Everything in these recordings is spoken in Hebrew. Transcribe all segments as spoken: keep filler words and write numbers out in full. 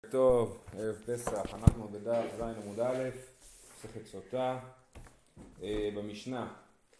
טוב, ערב פסח, אנחנו בדף ז' עמוד א', מסכת סוטה, במשנה,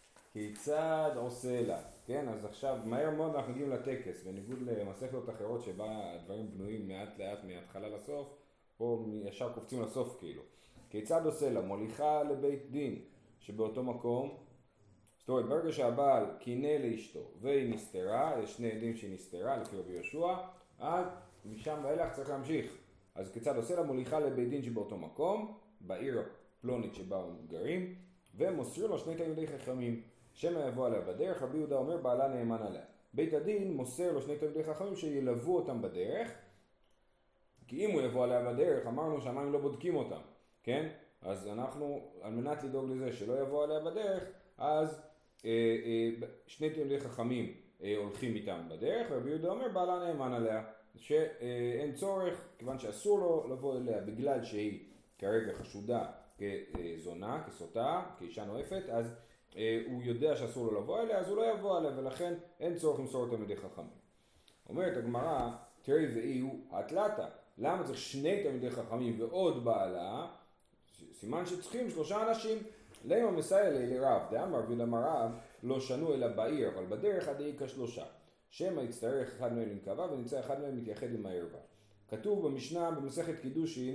כיצד עושה לה, כן? אז עכשיו מהר מאוד אנחנו מגיעים לטקס, בניגוד למסכות אחרות שבה הדברים בנויים מעט לאט מההתחלה לסוף, פה ישר קופצים לסוף כאילו. כיצד עושה לה? מוליכה לבית דין שבאותו מקום, זאת אומרת ברגע שהבעל קינא לאשתו והיא נסתרה, יש שני עדים שהיא נסתרה לפי רבי יהושע, אז משם ואילך צריך להמשיך. אז כיצד עושה לה? מוליכה לבית דין שבאותו מקום, בעיר הפלונית שבה הם גרים, ומוסרים לו שני תלמידי חכמים, שמא יבוא עליה בדרך. רבי יהודה אומר בעלה נאמן עליה. בית הדין מוסר לו שני תלמידי חכמים שילוו אותם בדרך, כי אם הוא יבוא עליה בדרך, אמרנו שהמים לא בודקים אותם, כן? אז אנחנו, על מנת לדאוג לזה שלא יבוא עליה בדרך, אז אה, אה, שני תלמידי חכמים אה, הולכים איתם בדרך, ורבי יהודה אומר בעלה נאמן עליה. שאין צורך, כיוון שאסור לו לבוא אליה בגלל שהיא כרגע חשודה כזונה, כסוטה, כאישה נואפת, אז הוא יודע שאסור לו לבוא אליה, אז הוא לא יבוא אליה, ולכן אין צורך למסור אותם לידי חכמים. אומרת הגמרא, תראי ואי הוא התלתה, למה צריך שני תלמידי חכמים ועוד בעלה? סימן שצריכים שלושה אנשים. למה מסייע לי לרב, דאמר ולמה רב לא שנו אלא בעיר, אבל בדרך עדי כשלושה. שמא יצטרך אחד מהם לנקבה ונמצא אחד מהם מתייחד עם הערווה. כתוב במשנה במסכת קידושין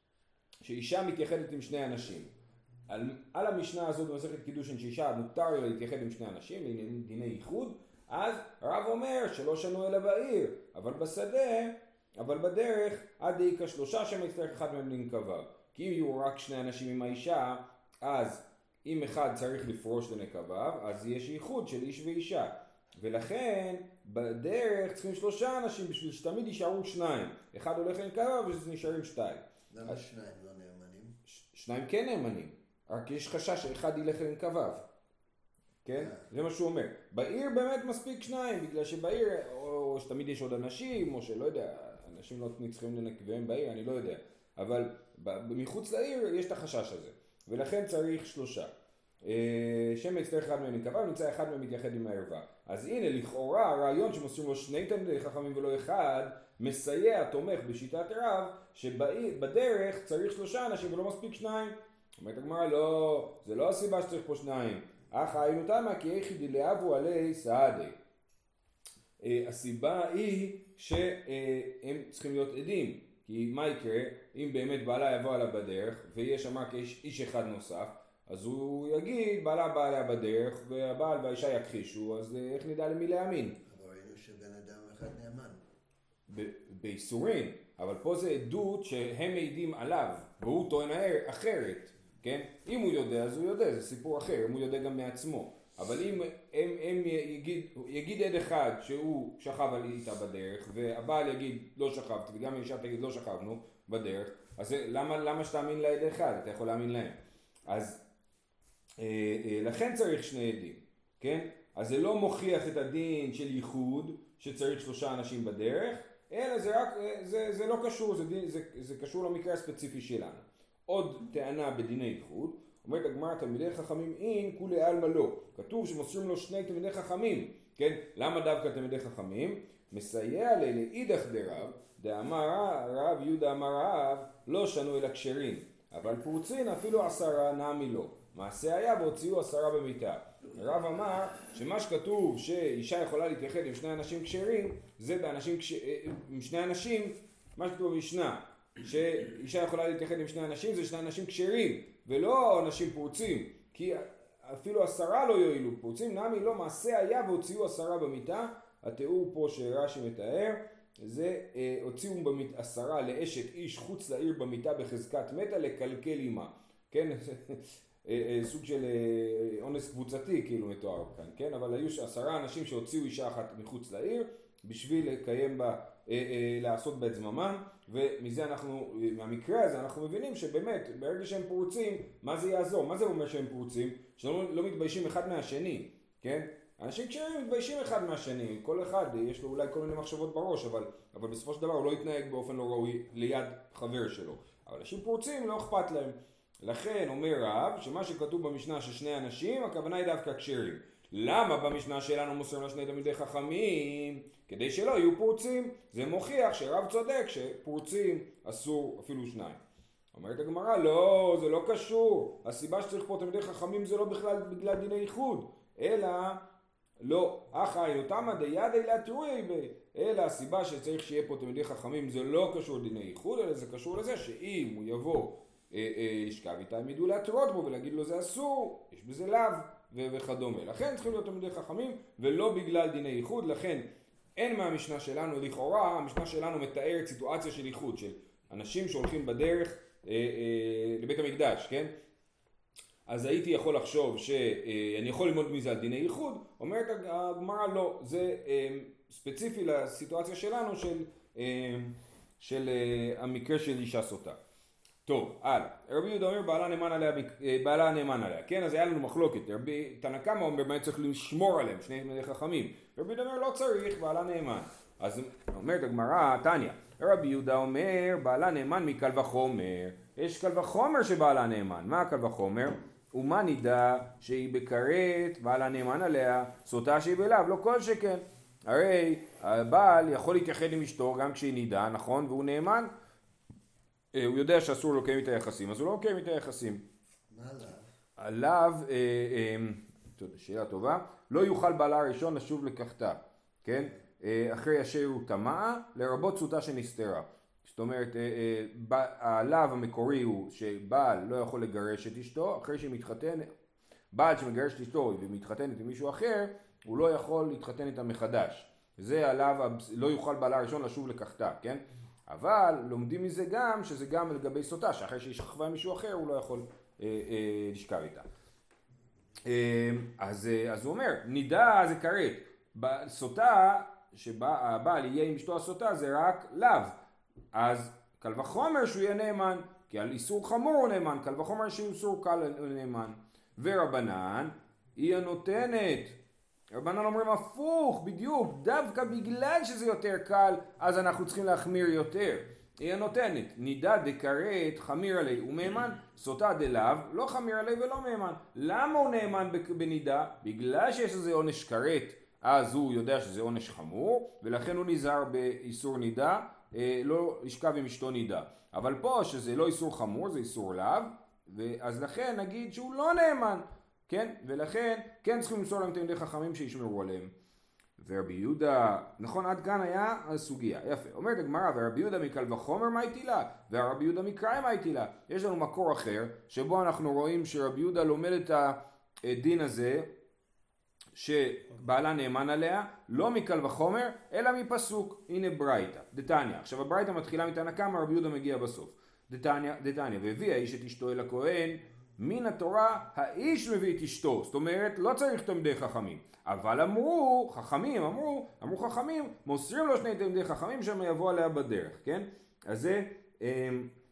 שאישה מתייחדת עם שני אנשים. על, על המשנה הזאת במסכת קידושין שאישה מותר לה להתייחד עם שני אנשים, דיני ייחוד, אז הרב אומר שלא שנו אלא בעיר, אבל בשדה, אבל בדרך עד דאיקה שלושה שמא יצטרך אחד מהם לנקבה. כי אם יהיו רק שני אנשים עם האישה, אז אם אחד צריך לפרוש לנקבה, אז יש ייחוד של איש ואישה. ולכן בדרך צריכים שלושה אנשים בשביל שתמיד יישארו שניים. אחד הולך לנקבה ונשארים שתיים. למה אז... שניים לא נאמנים? ש... שניים כן נאמנים, רק יש חשש שאחד ילך לנקבה. כן? זה מה שהוא אומר. בעיר באמת מספיק שניים, בגלל שבעיר או שתמיד יש עוד אנשים, או שלא יודע, אנשים לא צריכים לנקבהם בעיר, אני לא יודע. אבל מחוץ לעיר יש את החשש הזה, ולכן צריך שלושה. שמא יצטרך אחד מהם לנקבה ונמצא אחד מהם מתייחד עם הערווה. אז הנה לכאורה הרעיון שמוסרים לו שני תלמידי חכמים ולא אחד מסייע, תומך בשיטת רב שבדרך צריך שלושה אנשים ולא מספיק שניים. אומרת הגמרא לא, זה לא הסיבה שצריך פה שניים. אך היינו תמה כי היחידי לאבו עלי סעדי. הסיבה היא שהם צריכים להיות עדים, כי מה יקרה אם באמת בעלה יבוא עליה בדרך ויש אמר כאיש אחד נוסף, אז הוא יגיד בעלה בא עליה בדרך והבעל והאישה יכחישו, אז איך נדע למי להאמין? אבל ראינו שבן אדם אחד נאמן באיסורין, אבל פה זה עדות שהם מעידים עליו והוא טוען אחרת, כן? אם הוא יודע אז הוא יודע, זה סיפור אחר, אם הוא יודע גם מעצמו. אבל אם הם, הם יגיד, יגיד עד אחד שהוא שכב על איתה בדרך והבעל יגיד לא שכבתי וגם האישה תגיד לא שכבנו בדרך, אז למה, למה שתאמין לעד אחד? אתה יכול להאמין להם. אז אה, אה, לכן צריך שני עדים, כן? אז זה לא מוכיח את הדין של ייחוד שצריך שלושה אנשים בדרך, אלא זה רק, זה, זה לא קשור, זה, דין, זה, זה קשור למקרה הספציפי שלנו. עוד טענה בדיני ייחוד, אומרת הגמרא תלמידי חכמים אין כולי עלמא לא. כתוב שמוסרים לו שני תלמידי חכמים, כן? למה דווקא תלמידי חכמים? מסייע לי לאידך דרב, דאמר רב יהודה אמר רב לא שנו אלא כשרים, אבל פורצין אפילו עשרה נעמי לו. מעשה היה והוציאו עשרה במיטה. הרב אמר שמה שכתוב שאישה יכולה להתייחד עם שני אנשים כשרים, זה באנשים כש... עם שני אנשים, מה שכתוב במשנה, שאישה יכולה להתייחד עם שני אנשים זה שני אנשים כשרים, ולא אנשים פורצים, כי אפילו עשרה לא יועילו. פורצים נעמי לא, מעשה היה והוציאו עשרה במיטה. התיאור פה שרש"י מתאר, זה אה, הוציאו במית, עשרה לאשת איש חוץ לעיר במיטה בחזקת מתה לקלקל אימה, כן? סוג של אונס קבוצתי כאילו מתואר כאן, כן? אבל היו עשרה אנשים שהוציאו אישה אחת מחוץ לעיר בשביל לקיים בה, לעשות בה את זממן, ומזה אנחנו, מהמקרה הזה אנחנו מבינים שבאמת ברגע שהם פורצים, מה זה יעזור? מה זה אומר שהם פורצים? שלא לא מתביישים אחד מהשני, כן? אנשים כשהם מתביישים אחד מהשני, כל אחד יש לו אולי כל מיני מחשבות בראש, אבל, אבל בסופו של דבר הוא לא יתנהג באופן לא ראוי ליד חבר שלו. אבל אנשים פורצים לא אכפת להם. לכן אומר רב שמה שכתוב במשנה ששני אנשים, הכוונה היא דווקא כשרים. למה במשנה שלנו מוסרים לה שני תלמידי חכמים? כדי שלא יהיו פורצים. זה מוכיח שרב צודק שפורצים אסור אפילו שניים. אומרת הגמרא, לא, זה לא קשור. הסיבה שצריך פה תלמידי חכמים זה לא בכלל בגלל דיני ייחוד, אלא לא, אחי אותמה דיידי להתרויה בי, אלא הסיבה שצריך שיהיה פה תלמידי חכמים זה לא קשור לדיני ייחוד, אלא זה קשור לזה שאם הוא יבוא ישכב איתה, הם ידעו להתרות בו ולהגיד לו זה אסור, יש בזה לאו וכדומה. לכן צריכים להיות תלמידי חכמים ולא בגלל דיני ייחוד. לכן אין מהמשנה שלנו, לכאורה המשנה שלנו מתארת סיטואציה של ייחוד, של אנשים שהולכים בדרך אה, אה, לבית המקדש, כן? אז הייתי יכול לחשוב שאני יכול ללמוד מזה על דיני ייחוד. אומרת הגמרא לא, זה אה, ספציפי לסיטואציה שלנו של, אה, של אה, המקרה של אישה סוטה. טוב, הלאה. רבי יהודה אומר בעלה נאמן עליה, בעלה נאמן עליה, כן? אז היה לנו מחלוקת. רבי תנא קמא אומר באמת צריך לשמור עליהם, שני תלמידי חכמים. רבי יהודה אומר לא צריך, בעלה נאמן. אז אומרת הגמרא, תניא, רבי יהודה אומר בעלה נאמן מקל וחומר. יש קל וחומר שבעלה נאמן. מה הקל וחומר? ומה נידע שהיא בכרת, בעלה נאמן עליה, סוטה שהיא בלאו, לא כל שכן. הרי הבעל יכול להתייחד עם אשתו גם כשהיא נידע, נכון? והוא נאמן. הוא יודע שאסור לו לקיים את היחסים, אז הוא לא מקיים את היחסים. מה עליו? עליו, אה, אה, שאלה טובה, לא יוכל בעלה הראשון לשוב לקחתה, כן? אה, אחרי אשר הוא טמאה, לרבות סוטה שנסתרה. זאת אומרת, אה, אה, העליו המקורי הוא שבעל לא יכול לגרש את אשתו, אחרי שהיא מתחתנת, בעל שמגרש את אשתו ומתחתנת עם מישהו אחר, הוא לא יכול להתחתן איתה מחדש. זה עליו, לא יוכל בעלה הראשון לשוב לקחתה, כן? אבל לומדים מזה גם שזה גם לגבי סוטה, שאחרי שהיא שכבה מישהו אחר הוא לא יכול אה, אה, לשכב איתה. אה, אז, אה, אז הוא אומר, נידע זה כרת, בסוטה שהבעל יהיה עם אשתו הסוטה זה רק לאו, אז קל וחומר שהוא יהיה נאמן, כי על איסור חמור הוא נאמן, קל וחומר שהוא איסור קל הוא נאמן. ורבנן היא הנותנת, רבנן אומרים הפוך, בדיוק, דווקא בגלל שזה יותר קל, אז אנחנו צריכים להחמיר יותר. היא הנותנת, נידע דקרת חמיר עלי ומאמן, סוטה דלאו, לא חמיר עלי ולא מאמן. למה הוא נאמן בנידע? בגלל שיש איזה עונש כרת, אז הוא יודע שזה עונש חמור, ולכן הוא נזהר באיסור נידע, לא לשכב עם אשתו נידע. אבל פה שזה לא איסור חמור, זה איסור לאו, אז לכן נגיד שהוא לא נאמן. כן? ולכן כן צריכים למסור להם תלמידי חכמים שישמרו עליהם. ורבי יהודה, נכון עד כאן היה הסוגיה, יפה. אומרת הגמרא, ורבי יהודה מקל וחומר מה איתי לה? ורבי יהודה מקראי מה איתי לה? יש לנו מקור אחר, שבו אנחנו רואים שרבי יהודה לומד את הדין הזה, שבעלה נאמן עליה, לא מקל וחומר, אלא מפסוק. הנה ברייתא, דתניא. עכשיו הברייתא מתחילה מתנא קמא, רבי יהודה מגיע בסוף. דתניא, דתניא, והביא האיש את אשתו אל הכהן, מן התורה האיש מביא את אשתו, זאת אומרת לא צריך תלמידי חכמים, אבל אמרו חכמים, אמרו, אמרו חכמים, מוסרים לו שני תלמידי חכמים שהם יבוא עליה בדרך, כן? אז זה, אה,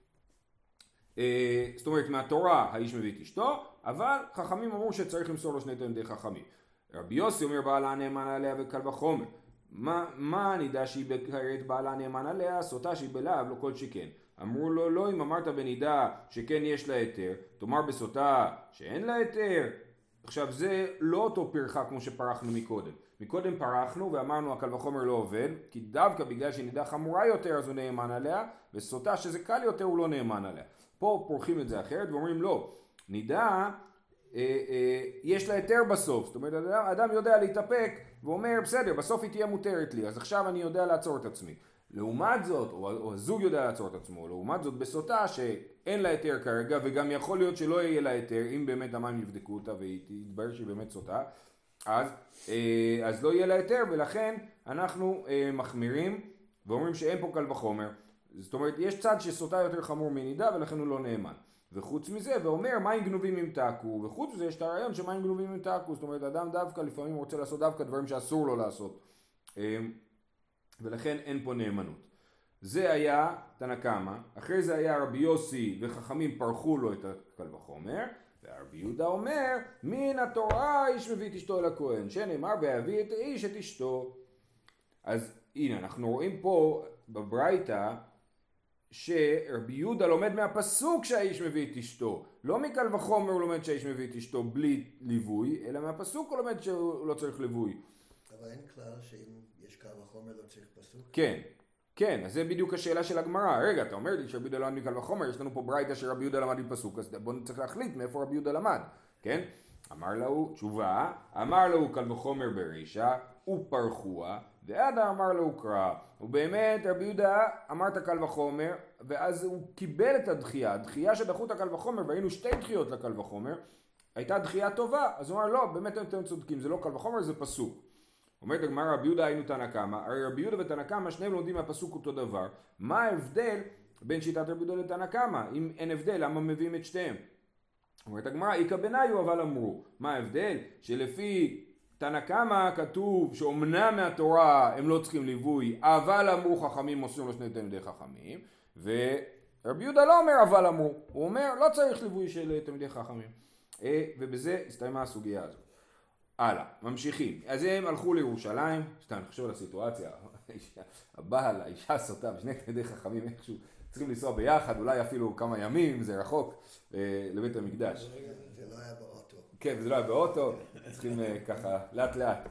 אה, זאת אומרת מהתורה האיש מביא את אשתו, אבל חכמים אמרו שצריך למסור לו שני תלמידי חכמים. רבי יוסי אומר בעלה נאמן עליה וקל וחומר, מה, מה נידע שהיא בכרת בעלה נאמן עליה, סוטה שהיא בלאו, לא כל שכן. אמרו לו לא, אם אמרת בנידה שכן יש לה היתר, תאמר בסוטה שאין לה היתר. עכשיו זה לא אותו פרחה כמו שפרחנו מקודם. מקודם פרחנו ואמרנו הקל וחומר לא עובד, כי דווקא בגלל שנידה חמורה יותר אז הוא נאמן עליה, וסוטה שזה קל יותר הוא לא נאמן עליה. פה פורחים את זה אחרת ואומרים לא, נידה אה, אה, יש לה היתר בסוף, זאת אומרת האדם יודע להתאפק ואומר בסדר בסוף היא תהיה מותרת לי, אז עכשיו אני יודע לעצור את עצמי. לעומת זאת, או, או הזוג יודע לעצור את עצמו, לעומת זאת בסוטה שאין לה היתר כרגע, וגם יכול להיות שלא יהיה לה היתר, אם באמת המים יבדקו אותה והיא תתברר שהיא באמת סוטה, אז, אה, אז לא יהיה לה היתר, ולכן אנחנו אה, מחמירים, ואומרים שאין פה קל וחומר. זאת אומרת, יש צד שסוטה יותר חמור מנידה, ולכן הוא לא נאמן. וחוץ מזה, ואומר, מים גנובים ימתקו, וחוץ מזה יש את הרעיון שמים גנובים ימתקו, זאת אומרת, אדם דווקא לפעמים רוצה לעשות דווקא דברים שאסור לו לעשות. אה, ולכן אין פה נאמנות. זה היה תנא קמא, אחרי זה היה רבי יוסי וחכמים פרחו לו את הקל וחומר, ורבי יהודה אומר, מן התורה איש מביא את אשתו אל הכהן, שנאמר והביא את האיש את אשתו. אז הנה אנחנו רואים פה בברייתא שרבי יהודה לומד מהפסוק שהאיש מביא את אשתו, לא מקל וחומר הוא לומד שהאיש מביא את אשתו בלי ליווי, אלא מהפסוק הוא לומד שהוא לא צריך ליווי. אבל אין כלל שאם יש קל וחומר לא צריך פסוק? כן, כן, אז זה בדיוק השאלה של הגמרא. רגע, אתה אומר לי שרבי יהודה למד מקל וחומר, יש לנו פה ברייתא שרבי יהודה למד מפסוק, אז בואו נצטרך להחליט מאיפה רבי יהודה למד, כן? אמר לו, תשובה, אמר לו קל וחומר ברישא, ופרחוה, ועדה אמר לו קרא. ובאמת רבי יהודה אמר את הקל וחומר, ואז הוא קיבל את הדחייה, הדחייה שדחו את הקל וחומר, והיינו שתי דחיות לקל וחומר, הייתה דחייה טובה, אז הוא אמר לא, באמת אתם צודקים, זה לא קל וחומר, זה פסוק. אומרת הגמרא, רבי יהודה היינו תנא קמא, הרי רבי יהודה ותנא קמא שניהם לומדים מהפסוק אותו דבר, מה ההבדל בין שיטת רבי יהודה לתנא קמא? אם אין הבדל, למה מביאים את שתיהם? אומרת הגמרא, איכא בניו אבל אמרו, מה ההבדל? שלפי תנא קמא כתוב שאומנם מהתורה הם לא צריכים ליווי, אבל אמרו חכמים מוסרים לו שני תלמידי חכמים, ורבי יהודה לא אומר אבל אמרו, הוא אומר לא צריך ליווי של תלמידי חכמים, ובזה הסתיימה הסוגיה הזאת. הלאה, ממשיכים. אז הם הלכו לירושלים, סתם נחשוב על הסיטואציה, הבעל, האישה סוטה ושני תלמידי חכמים איכשהו צריכים לנסוע ביחד, אולי אפילו כמה ימים, זה רחוק, לבית המקדש. זה לא היה באוטו. כן, זה לא היה באוטו, צריכים ככה לאט לאט.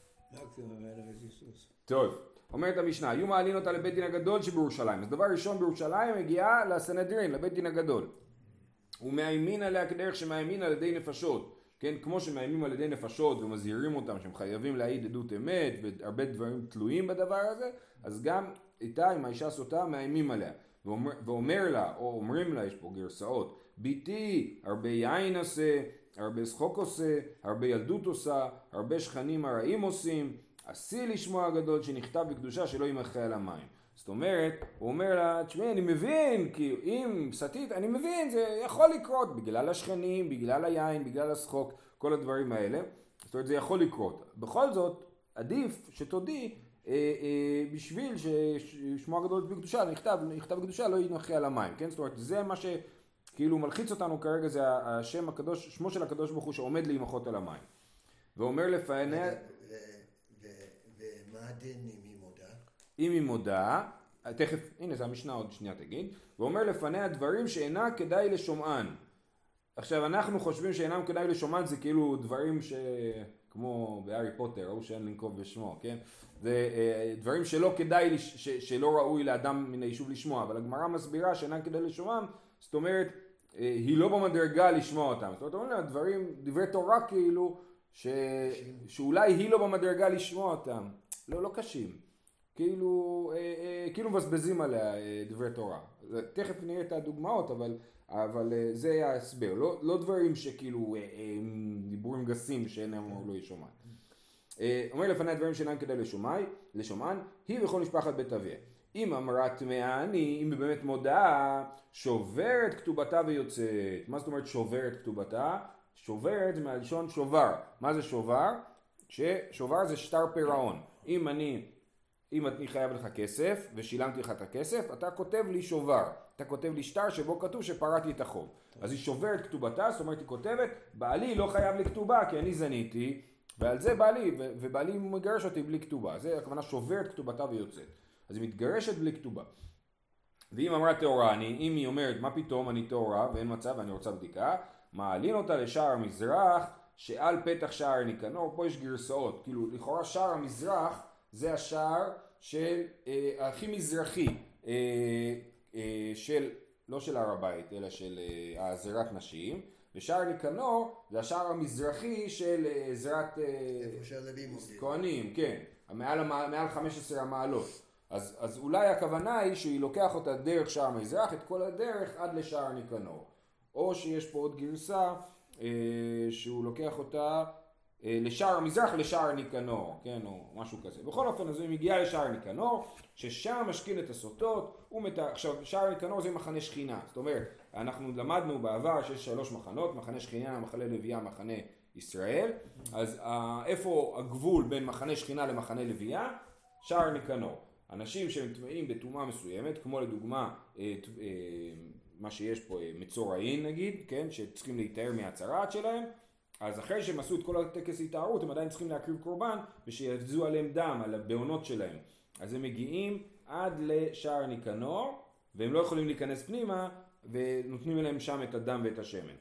טוב, אומרת המשנה, היו מעלין אותה לבית דין הגדול שבירושלים. אז דבר ראשון בירושלים הגיעה לסנהדרין, לבית דין הגדול. ומאיימין עליה כדרך שמאיימין על ידי נפשות. כן, כמו שמאיימים על ידי נפשות ומזהירים אותם שהם חייבים להעיד עדות אמת והרבה דברים תלויים בדבר הזה, אז גם איתה עם האישה סוטה מאיימים עליה. ואומר, ואומר לה, או אומרים לה, יש פה גרסאות, ביתי, הרבה יין עושה, הרבה שחוק עושה, הרבה ילדות עושה, הרבה שכנים הרעים עושים, עשי לשמוע הגדול שנכתב בקדושה שלא ימחה על המים. זאת אומרת, הוא אומר לה, תשמעי, אני מבין, כי אם סתית, אני מבין, זה יכול לקרות, בגלל השכנים, בגלל היין, בגלל השחוק, כל הדברים האלה. זאת אומרת, זה יכול לקרות. בכל זאת, עדיף שתודי, אה, אה, בשביל ששמו הגדול בקדושה, נכתב, נכתב בקדושה, לא ימחה על המים, כן? זאת אומרת, זה מה שכאילו מלחיץ אותנו כרגע, זה השם הקדוש, שמו של הקדוש ברוך הוא שעומד להימחות על המים. ואומר לפעניה... ומה הדין אם היא מודה? אם היא מודה, תכף, הנה זה המשנה עוד שנייה תגיד, ואומר לפניה דברים שאינה כדאי לשומען. עכשיו אנחנו חושבים שאינם כדאי לשומען זה כאילו דברים שכמו בהארי פוטר, ראו שאין לנקוב בשמו, כן? זה דברים שלא כדאי, ש, שלא ראוי לאדם מן היישוב לשמוע, אבל הגמרא מסבירה שאינם כדאי לשומען, זאת אומרת, היא לא במדרגה לשמוע אותם. זאת אומרת, אומרים דברים, דברי תורה כאילו, ש, שאולי היא לא במדרגה לשמוע אותם. לא, לא קשים. כאילו, אה, אה, כאילו מבזבזים עליה אה, דברי תורה. תכף נראה את הדוגמאות, אבל, אבל אה, זה היה הסבר. לא, לא דברים שכאילו אה, אה, דיבורים גסים שאינם לא ישומען. אה, אומר לפני דברים שאינם כדאי לשומעי, לשומען, היא וכל משפחת בית אביה. אם אמרה טמאה אני, אם היא באמת מודעה, שוברת כתובתה ויוצאת. מה זאת אומרת שוברת כתובתה? שוברת זה מהלשון שובר. מה זה שובר? ששובר זה שטר פירעון. אם אני, אם אני חייב לך כסף ושילמתי לך את הכסף, אתה כותב לי שובר. אתה כותב לי שטר שבו כתוב שפרעתי את החוב. אז היא שוברת כתובתה, זאת אומרת היא כותבת, בעלי לא חייב לי כתובה כי אני זניתי, ועל זה בעלי, ובעלי מגרש אותי בלי כתובה. זה הכוונה שוברת כתובתה ויוצאת. אז היא מתגרשת בלי כתובה. ואם אמרה תאורה אני, אם היא אומרת מה פתאום אני תאורה ואין מצב ואני רוצה בדיקה, מעלין אותה לשער המזרח שעל פתח שער ניקנור. פה יש גרסאות, כאילו לכאורה שער המזרח זה השער של אה, הכי מזרחי אה, אה, של, לא של הר הבית אלא של אה, עזרת נשים, ושער ניקנור זה השער המזרחי של עזרת אה, כהנים, כן, מעל, מעל חמש עשרה המעלות. אז, אז אולי הכוונה היא שהיא לוקח אותה דרך שער המזרח את כל הדרך עד לשער ניקנור. או שיש פה עוד גרסה אה, שהוא לוקח אותה אה, לשער המזרח לשער ניקנור, כן, או משהו כזה. בכל אופן, אז היא מגיעה לשער ניקנור, ששם משכין את הסוטות, ומת... עכשיו, שער ניקנור זה מחנה שכינה. זאת אומרת, אנחנו למדנו בעבר שיש שלוש מחנות, מחנה שכינה, מחנה לוויה, מחנה ישראל. אז אה, איפה הגבול בין מחנה שכינה למחנה לוויה? שער ניקנור. אנשים שהם טמאים בטומאה מסוימת, כמו לדוגמה, אה, אה, מה שיש פה, מצורעים נגיד, כן, שצריכים להתאר מהצרעת שלהם, אז אחרי שהם עשו את כל הטקס התארות, הם עדיין צריכים להקריב קורבן, ושיבזו עליהם דם, על הבעונות שלהם. אז הם מגיעים עד לשער ניקנור, והם לא יכולים להיכנס פנימה, ונותנים להם שם את הדם ואת השמן.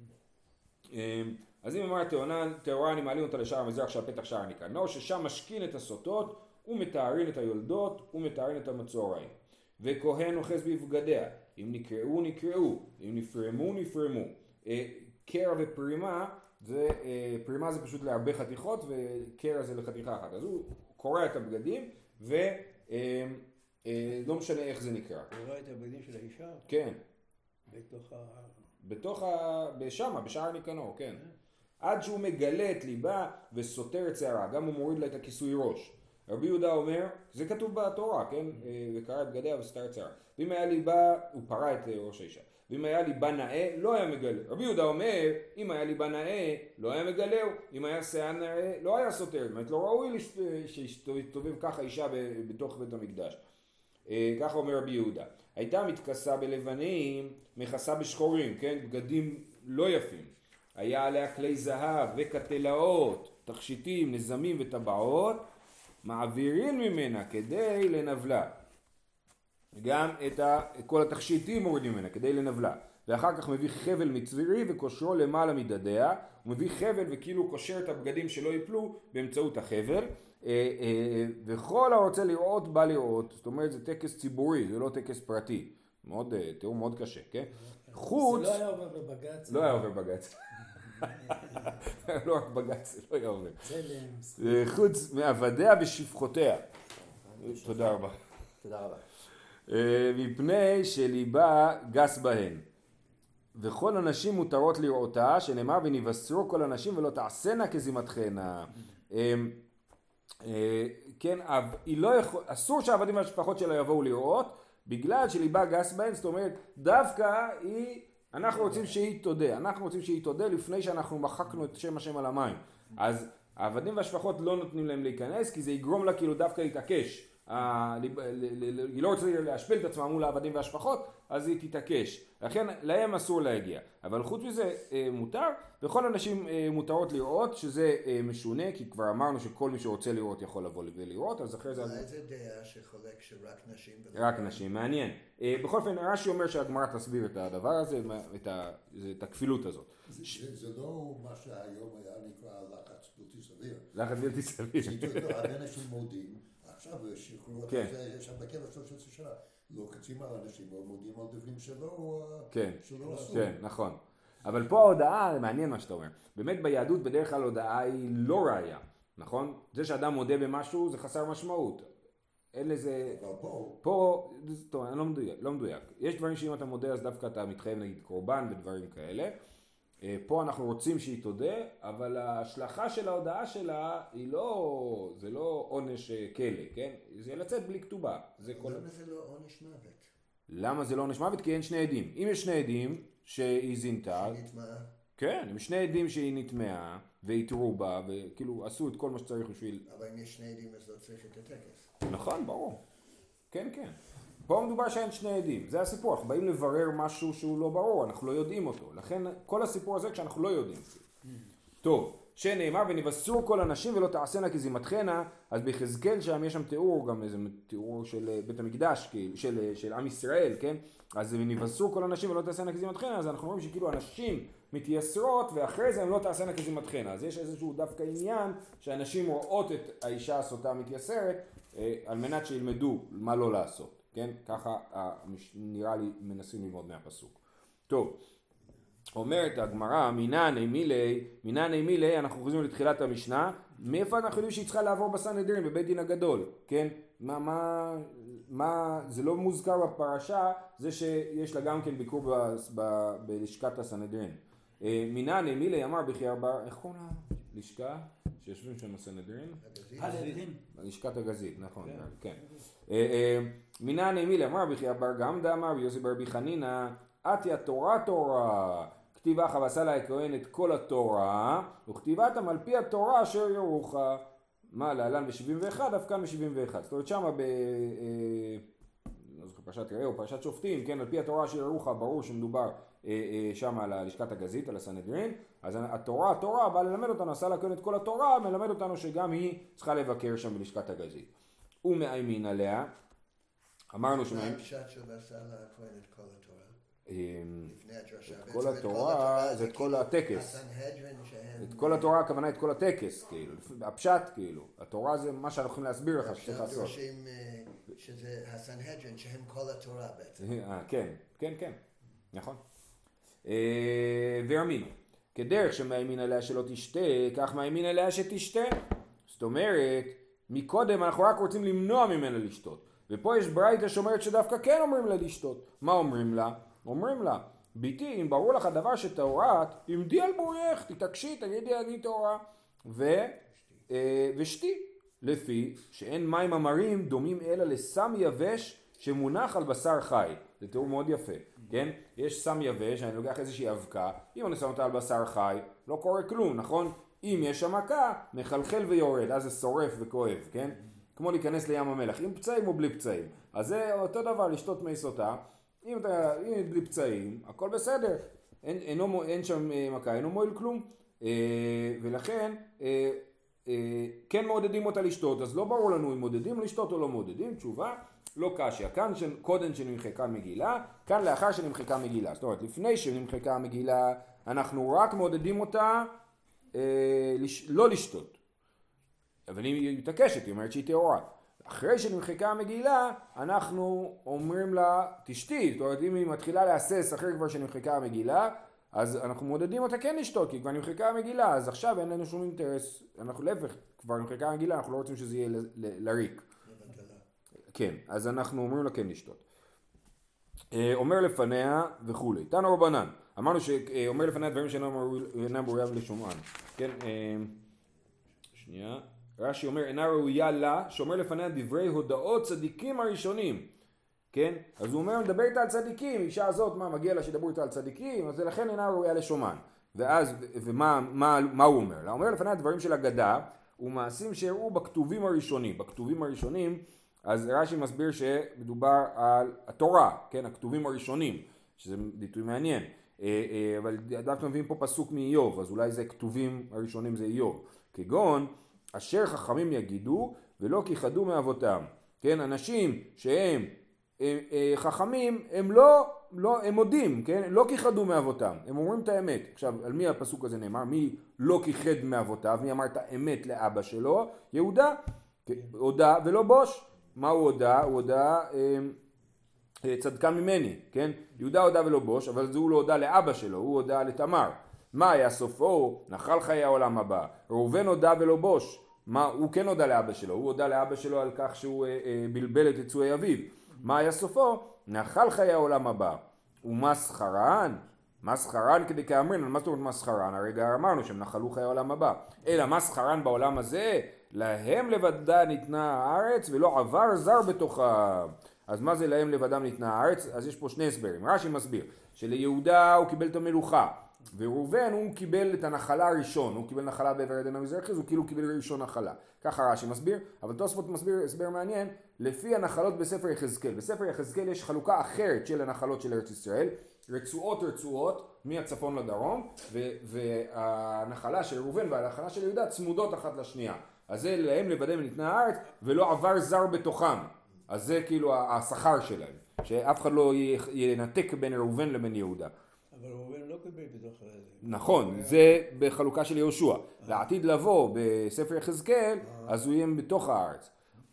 אז אם אמרת טהורה אני מעלים אותה לשער המזרח של הפתח שער ניקנור, ששם משכין את הסוטות ומתארין את היולדות ומתארין את המצורעים. וכהן אוחז בבגדיה, אם נקראו נקראו, אם נפרמו נפרמו. קרע ופרימה, זה, פרימה זה פשוט להרבה חתיכות וקרע זה לחתיכה אחת. אז הוא קורע את הבגדים ולא משנה איך זה נקרא. קורע את הבגדים של האישה? כן. בתוך ה... בתוך ה... בשמה, בשער ניקנור, כן. עד שהוא מגלה את ליבה וסותר את שערה, גם הוא מוריד לה את הכיסוי ראש. רבי יהודה אומר, זה כתוב בתורה, כן? וקרא את בגדיה וסתר את שערה. ואם היה ליבה, הוא פרע את ראש האישה. ואם היה ליבה נאה, לא היה מגלה. רבי יהודה אומר, אם היה ליבה נאה, לא היה מגלהו. אם היה שיער נאה, לא היה סותר. זאת אומרת, לא ראוי שיסתובב ככה אישה בתוך בית המקדש. ככה אומר רבי יהודה. הייתה מתכסה בלבנים, מכסה בשחורים, כן? בגדים לא יפים. היה עליה כלי זהב וכתלאות, תכשיטים, נזמים וטבעות, מעבירים ממנה כדי לנבלה. גם את ה... כל התכשיטים מורידים ממנה כדי לנבלה. ואחר כך מביא חבל מצבירי וקושרו למעלה מדדיה. הוא מביא חבל וכאילו קושר את הבגדים שלא ייפלו באמצעות החבל. וכל הרוצה לראות בא לראות. זאת אומרת זה טקס ציבורי, זה לא טקס פרטי. מאוד, תראו, מאוד קשה, כן? חוץ... זה לא היה עובר בבגץ. לא היה עובר בבגץ. לא רק בגץ, זה לא היה עובר. חוץ מעבדיה ושפחותיה. תודה רבה. תודה רבה. מפני שליבה גס בהן. וכל הנשים מותרות לראותה, שנאמר ונבשרו כל הנשים ולא תעשנה כזימתכנה. כן, אסור שהעבדים והשפחות שלה יבואו לראות, בגלל שליבה גס בהן, זאת אומרת, דווקא היא, אנחנו רוצים שהיא תודה, אנחנו רוצים שהיא תודה לפני שאנחנו מחקנו את שם השם על המים. אז העבדים והשפחות לא נותנים להם להיכנס, כי זה יגרום לה כאילו דווקא להתעקש. היא לא רוצה להשפיל את עצמה מול העבדים והשפחות, אז היא תתעקש. לכן להם אסור להגיע. אבל חוץ מזה מותר, וכל אנשים מותרות לראות שזה משונה, כי כבר אמרנו שכל מי שרוצה לראות יכול לבוא ולראות, אז אחרי זה... איזה דעה שחולק שרק נשים... רק נשים, מעניין. בכל אופן, רש"י אומר שהגמרא תסביר את הדבר הזה, את הכפילות הזאת. זה לא מה שהיום היה נקרא לחץ בלתי סביר. לחץ בלתי סביר. הרבה אנשים מודים. עכשיו שחררו את זה, יש שם בקבע שלוש עשרה שנה, לא קצים על אנשים, או מודיעים על דברים שלא עשו. כן, נכון. אבל פה ההודעה, מעניין מה שאתה אומר. באמת ביהדות בדרך כלל הודעה היא לא ראיה, נכון? זה שאדם מודה במשהו זה חסר משמעות. אין לזה... אבל פה... פה, טוב, אני לא מדויק, לא מדויק. יש דברים שאם אתה מודה אז דווקא אתה מתחייב נגיד קורבן ודברים כאלה. פה אנחנו רוצים שהיא תודה, אבל ההשלכה של ההודעה שלה היא לא, זה לא עונש כלא, כן? זה לצאת בלי כתובה. למה כל... זה לא עונש מוות? למה זה לא עונש מוות? כי אין שני עדים. אם יש שני עדים שהיא זינתה... שהיא נטמעה? כן, אם שני עדים שהיא נטמעה והתרו בה, וכאילו עשו את כל מה שצריך בשביל... אבל אם יש שני עדים אז לא צריך את הטקס. נכון, ברור. כן, כן. פה מדובר שאין שני עדים, זה הסיפור, אנחנו באים לברר משהו שהוא לא ברור, אנחנו לא יודעים אותו, לכן כל הסיפור הזה כשאנחנו לא יודעים. טוב, שנאמר ונבשרו כל הנשים ולא תעשנה כזימתכנה, אז ביחזקאל שם יש שם תיאור, גם איזה תיאור של בית המקדש, של, של עם ישראל, כן? אז ונבשרו כל הנשים ולא תעשנה כזימתכנה, אז אנחנו רואים שכאילו הנשים מתייסרות ואחרי זה הם לא תעשנה כזימתכנה, אז יש איזשהו דווקא עניין שאנשים רואות את האישה הסוטה מתייסרת, על מנת שילמדו מה לא לעשות. כן? ככה נראה לי מנסים ללמוד מהפסוק. טוב, אומרת הגמרא, מינני מילי, מינני מילי, אנחנו חוזרים לתחילת המשנה, מאיפה אנחנו יודעים שהיא צריכה לעבור בסנהדרין, בבית דין הגדול, כן? מה, מה, מה, זה לא מוזכר בפרשה, זה שיש לה גם כן ביקור ב, ב, בלשכת הסנהדרין. מינני מילי אמר בכי ארבע, איך קוראים לה? לשכה? שיושבים שם בסנהדרין? הגזית. לשכת הגזית, נכון, כן. מינני מילי אמר בכי ארבע, גם דאמר ויוסי ברבי חנינא, עטיה תורה תורה, כתיבה חבשה לה הכהן את כל התורה, וכתיבתם על פי התורה אשר ירוחה. מה, להלן ב-שבעים ואחת, אף כאן ב-שבעים ואחת. זאת אומרת שמה ב... לא זוכר, פרשת תראה או פרשת שופטים, כן, על פי התורה אשר ירוחה, ברור שמדובר שם על לשכת הגזית, על הסנהדרין. אז התורה, התורה באה ללמד אותנו, עשה להכהן את כל התורה, מלמד אותנו שגם היא צריכה לבקר שם בלשכת הגזית. ומאיימין עליה, אמרנו מה שמהם... הפשט של ועשה לכהן את כל התורה? לפני הדרשה. את כל התורה זה את כל הטקס. הסנהדרין שהם... את כל התורה הכוונה את כל הטקס, כאילו. הפשט, כאילו. התורה זה מה שאנחנו יכולים להסביר לך שצריך לעשות. דורשים שזה הסנהדרין שהם כל התורה בעצם. כן, כן, כן. נכון. והאמינו. כדרך שמאמין עליה שלא תשתה, כך מאמין עליה שתשתה. זאת אומרת, מקודם אנחנו רק רוצים למנוע ממנה לשתות. ופה יש ברייתא שאומרת שדווקא כן אומרים לה לשתות. מה אומרים לה? אומרים לה, ביתי, אם ברור לך דבר שטהורת, עמדי על בורך, תתעקשי, תגידי אני טהורה. ו, ושתי, לפי שאין מים אמרים דומים אלא לסם יבש שמונח על בשר חי. זה תיאור מאוד יפה, כן? יש סם יבש, אני לוקח איזושהי אבקה, אם אני שם אותה על בשר חי, לא קורה כלום, נכון? אם יש המכה, מחלחל ויורד, אז זה שורף וכואב, כן? כמו להיכנס לים המלח, עם פצעים או בלי פצעים. אז זה אותו דבר, לשתות מי סוטה. אם אתה, אם בלי פצעים, הכל בסדר. אין, אינו, אין שם מכה, אינו מועיל כלום. אה, ולכן, אה, אה, כן מעודדים אותה לשתות. אז לא ברור לנו אם מודדים לשתות או לא מודדים. תשובה, לא קשיא. כאן קודם שנמחקה מגילה, כאן לאחר שנמחקה מגילה. זאת אומרת, לפני שנמחקה מגילה, אנחנו רק מעודדים אותה אה, לש, לא לשתות. אבל אם היא מתעקשת, היא אומרת שהיא טהורה. אחרי שנמחקה המגילה, אנחנו אומרים לה, תשתי. זאת אומרת, אם היא מתחילה להסס אחרי כבר שנמחקה המגילה, אז אנחנו מודדים אותה כן לשתות, כי כבר נמחקה המגילה, אז עכשיו אין לנו שום אינטרס. אנחנו להפך, כבר נמחקה המגילה, אנחנו לא רוצים שזה יהיה לריק. כן, אז אנחנו אומרים לה כן לשתות. אומר לפניה וכולי. תנו רבנן. אמרנו שאומר לפניה דברים שאינם ראויה לשומען. כן, שנייה. רש"י אומר, אינה ראויה לה, שאומר לפניה דברי הודעות צדיקים הראשונים. כן? אז הוא אומר, מדבר איתה על צדיקים, אישה הזאת, מה, מגיע לה שדברו איתה על צדיקים, אז לכן אינה ראויה לשומן. ואז, ומה מה, מה הוא אומר? הוא אומר לפניה דברים של אגדה, ומעשים שהראו בכתובים הראשונים. בכתובים הראשונים, אז רש"י מסביר שמדובר על התורה, כן? הכתובים הראשונים, שזה ביטוי מעניין. אבל דווקא מביאים פה פסוק מאיוב, אז אולי זה כתובים הראשונים זה איוב. כגון, אשר חכמים יגידו ולא כיחדו מאבותם. כן, אנשים שהם הם, הם, חכמים הם לא, לא, הם מודים, כן, לא כיחדו מאבותם, הם אומרים את האמת. עכשיו, על מי הפסוק הזה נאמר? מי לא כיחד מאבותיו? מי אמר את האמת לאבא שלו? יהודה, הודה ולא בוש. מה הוא הודה? הוא הודה אה, צדקה ממני, כן? יהודה הודה ולא בוש, אבל זה הוא לא הודה לאבא שלו, הוא הודה לתמר. מה היה סופו? נחל חיי העולם הבא. ראובן הודה ולא בוש. מה, הוא כן הודה לאבא שלו, הוא הודה לאבא שלו על כך שהוא אה, אה, בלבל את יצואי אביו. מה היה סופו? נחל חיי העולם הבא. ומסחרן, מסחרן כדי כאמרין, מה זאת אומרת מסחרן? הרגע אמרנו שהם נחלו חיי העולם הבא. אלא מסחרן בעולם הזה, להם לבדה ניתנה הארץ ולא עבר זר בתוכה. אז מה זה להם לבדם ניתנה הארץ? אז יש פה שני הסברים. רש"י מסביר שליהודה הוא קיבל את המלוכה. וראובן הוא קיבל את הנחלה הראשון, הוא קיבל נחלה בעבר עדן המזרחי, אז הוא כאילו קיבל ראשון נחלה. ככה רש"י מסביר, אבל תוספות מסביר הסבר מעניין, לפי הנחלות בספר יחזקאל. בספר יחזקאל יש חלוקה אחרת של הנחלות של ארץ ישראל, רצועות רצועות מהצפון לדרום, והנחלה של ראובן והנחלה של יהודה צמודות אחת לשנייה. אז זה להם לבדם ניתנה הארץ, ולא עבר זר בתוכם. אז זה כאילו השכר שלהם, שאף אחד לא ינתק בין ראובן לבין יהודה. אבל ראובן לא קיבל בתוך... נכון, זה בחלוקה של יהושע. לעתיד לבוא בספר יחזקאל, אז הוא יהיה בתוך הארץ.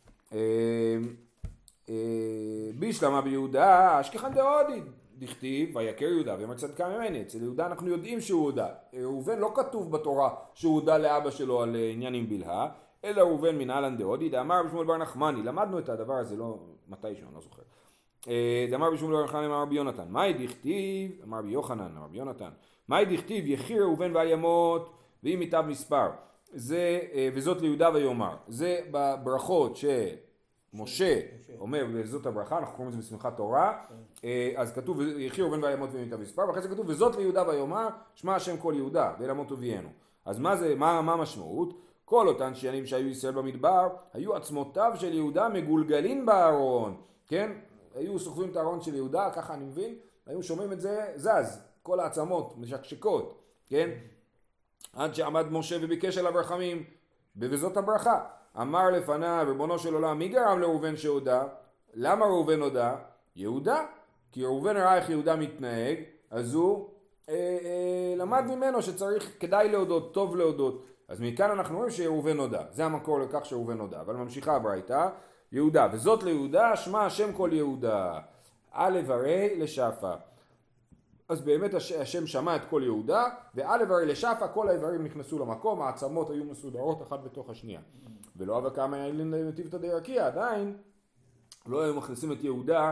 בישלמה ביהודה, אשכחן דהודי, דכתיב, ויקר יהודה, ויאמר צדקה ממני. אצל יהודה אנחנו יודעים שהוא הודה. ראובן לא כתוב בתורה שהוא הודה לאבא שלו על עניין עם בלהה, אלא ראובן מנהלן דהודי, דאמר בשמואל בר נחמני. למדנו את הדבר הזה, לא מתישהו, אני לא זוכר. דאמר בשמואל בר נחמני, אמר רבי יונתן, מהי דכתיב, אמר רבי יוחנן, אמר רבי יונתן, מהי דכתיב, יחי ראובן ואל ימות, ואם ייטב מספר. זה, וזאת ליהודה ויאמר. זה בברכות שמשה אומר, וזאת הברכה, אנחנו קוראים את זה בשמחת תורה, אז כתוב, יחי ראובן ואל ימות ואם ייטב מספר, ואחרי זה כתוב, וזאת ליהודה ויאמר, שמע השם כל יהודה, ואל ימות תביאנו. אז מה זה, מה, מה המשמעות? כל אותן שנים שהיו ישראל במדבר, היו עצמותיו של יהודה מגולגלין בארון, כן? היו סוחבים את הארון של יהודה, ככה אני מבין, היו שומעים את זה זז, כל העצמות משקשקות, כן? עד שעמד משה וביקש אליו רחמים, וזאת הברכה. אמר לפניו, ריבונו של עולם, מי גרם לראובן שהודה? למה ראובן הודה? יהודה, כי ראובן ראה איך יהודה מתנהג, אז הוא אה, אה, למד ממנו שצריך, כדאי להודות, טוב להודות. אז מכאן אנחנו רואים שראובן הודה, זה המקור לכך שראובן הודה, אבל ממשיכה הברייתא, יהודה, וזאת ליהודה, שמה השם כל יהודה, א' הרי לשפה. אז באמת השם שמע את כל יהודה, וא' הרי לשפה, כל האיברים נכנסו למקום, העצמות היו מסודרות אחת בתוך השנייה. ולא אבא כמה יעלין לנתיבתא דרקיע, עדיין לא היו מכניסים את יהודה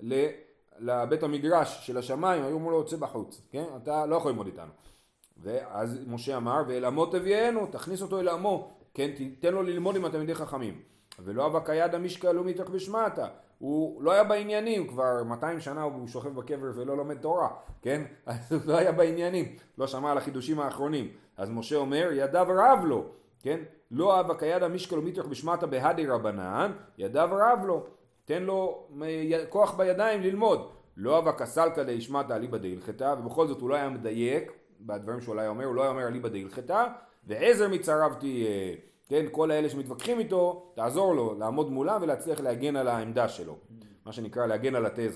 לבית המדרש של השמיים, היו אמרו לו יוצא בחוץ, כן? אתה לא יכול ללמוד איתנו. ואז משה אמר, ואל עמו תביאנו, תכניס אותו אל עמו, כן? תיתן לו ללמוד עם התלמידי חכמים. ולא אבא כיד המשקל לא מתך בשמעתה, הוא לא היה בעניינים, כבר מאתיים שנה הוא שוכב בקבר ולא לומד תורה, כן? אז הוא לא היה בעניינים, לא שמע על החידושים האחרונים. אז משה אומר, ידיו רב לו, כן? לא אבא כיד המשקל לא מתך בשמעתה בהדי רבנן, ידיו רב לו, תן לו כוח בידיים ללמוד. לא אבא כסלקא דאישמעתא אליבא דהלכתא, ובכל זאת הוא לא היה מדייק בדברים שהוא אולי אומר, הוא לא היה אומר אליבא דהלכתא, ועזר מצריו תהיה, כן, כל האלה שמתווכחים איתו, תעזור לו לעמוד מולם ולהצליח להגן על העמדה שלו, מה שנקרא להגן על התזה.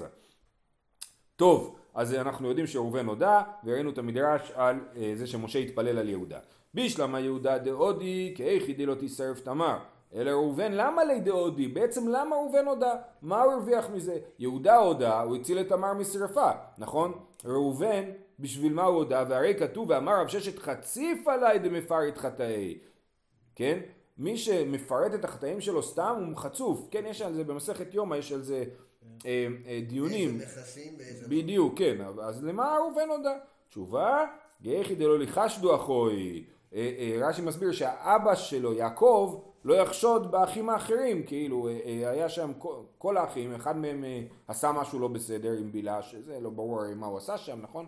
טוב, אז אנחנו יודעים שראובן הודה, וראינו את המדרש על אה, זה שמשה התפלל על יהודה. בישלמה יהודה דאודי, כאיכי דלא תישרף תמר. אלא ראובן, למה לידאודי? בעצם למה ראובן הודה? מה הוא הרוויח מזה? יהודה הודה, הוא הציל את תמר משרפה, נכון? ראובן, בשביל מה הוא הודה? והרי כתוב, ואמר רב ששת חציף עליי דמפרט חטאי. כן? מי שמפרט את החטאים שלו סתם הוא חצוף. כן, יש על זה במסכת יומא, יש על זה אה, אה, דיונים. באיזה נכסים, באיזה... בדיוק, כן. אז למה ראובן הודה? תשובה, גאיכי דלא ליחשדו אחוי. אה, אה, רש"י מסביר שהאבא שלו, יעקב, לא יחשוד באחים האחרים, כאילו היה שם כל האחים, אחד מהם עשה משהו לא בסדר עם בילה, שזה לא ברור מה הוא עשה שם, נכון?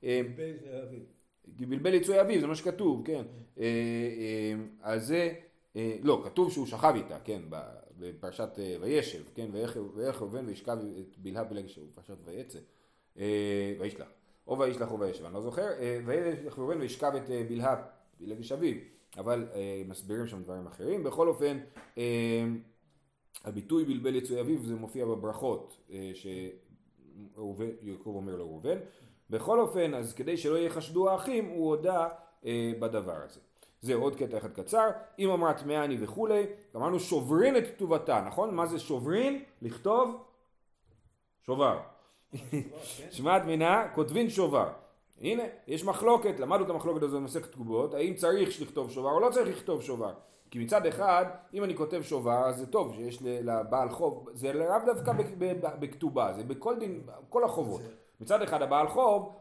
בלבל יצוי אביו, זה מה שכתוב, כן. אז זה, לא, כתוב שהוא שכב איתה, כן, בפרשת וישב, כן, ואיך ראובן וישכב את בלהה בלג שהוא פרשת ויצא, וישלח, או וישלח או וישב, אני לא זוכר, ואיך ראובן וישכב את בלהה בלג אביו. אבל אה, מסבירים שם דברים אחרים. בכל אופן, אה, הביטוי בלבל יצוי אביו זה מופיע בברכות אה, שיעקב אומר לראובן. בכל אופן, אז כדי שלא יחשדו האחים, הוא הודה אה, בדבר הזה. זה עוד קטע אחד קצר. אם אמרה טמאני וכולי, אמרנו שוברין את כתובתה, נכון? מה זה שוברין? לכתוב שובר. שמעת מינה, כותבין שובר. הנה, יש מחלוקת, למדנו את המחלוקת הזו במסכת כתובות, האם צריך לכתוב שובר או לא צריך לכתוב שובר. כי מצד אחד, אם אני כותב שובר, אז זה טוב שיש לבעל חוב, זה לרב דווקא בכתובה, זה בכל דין, כל החובות. מצד אחד, הבעל חוב,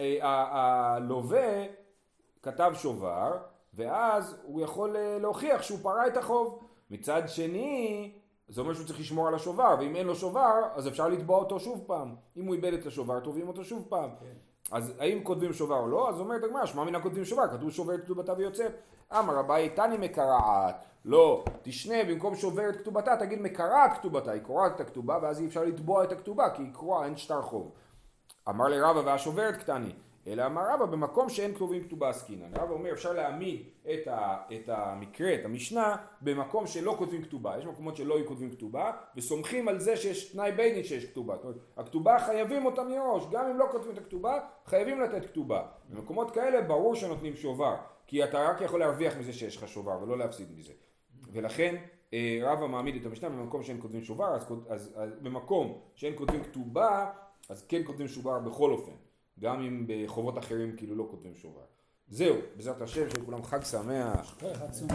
הלווה כתב שובר, ואז הוא יכול להוכיח שהוא פרע את החוב. מצד שני, זה אומר שהוא צריך לשמור על השובר, ואם אין לו שובר, אז אפשר לתבוע אותו שוב פעם. אם הוא איבד את השובר, תובעים אותו שוב פעם. אז האם כותבים שובר או לא? אז אומרת הגמרא, שמע מינה כותבים שובר, כתוב שובר את כתובתה ויוצאת. אמר רבי תני מקרעת, לא, תשנה במקום שובר את כתובתה, תגיד מקרעת כתובתה, היא קורעת את הכתובה, ואז אי אפשר לתבוע את הכתובה, כי היא קרועה, אין שטר חוב. אמר לרבא והשוברת קטני, אלא אמר רבא במקום שאין כתובים כתובה עסקינן. רבא אומר אפשר להעמיד את, ה, את המקרה, את המשנה, במקום שלא כותבים כתובה. יש מקומות שלא יהיו כותבים כתובה, וסומכים על זה שיש תנאי בית דין שיש כתובה. זאת אומרת, הכתובה חייבים אותה מראש, גם אם לא כותבים את הכתובה, חייבים לתת כתובה. במקומות כאלה ברור שנותנים שובר, כי אתה רק יכול להרוויח מזה שיש לך שובר, ולא להפסיד מזה. ולכן רבא מעמיד את המשנה במקום שאין כותבים שובר, אז, אז, אז במקום שאין כותבים כתובה, אז כן כותבים שובר בכל אופן. גם אם בחובות אחרים כאילו לא כותבים שובר. זהו, בעזרת השם, שכולם חג שמח.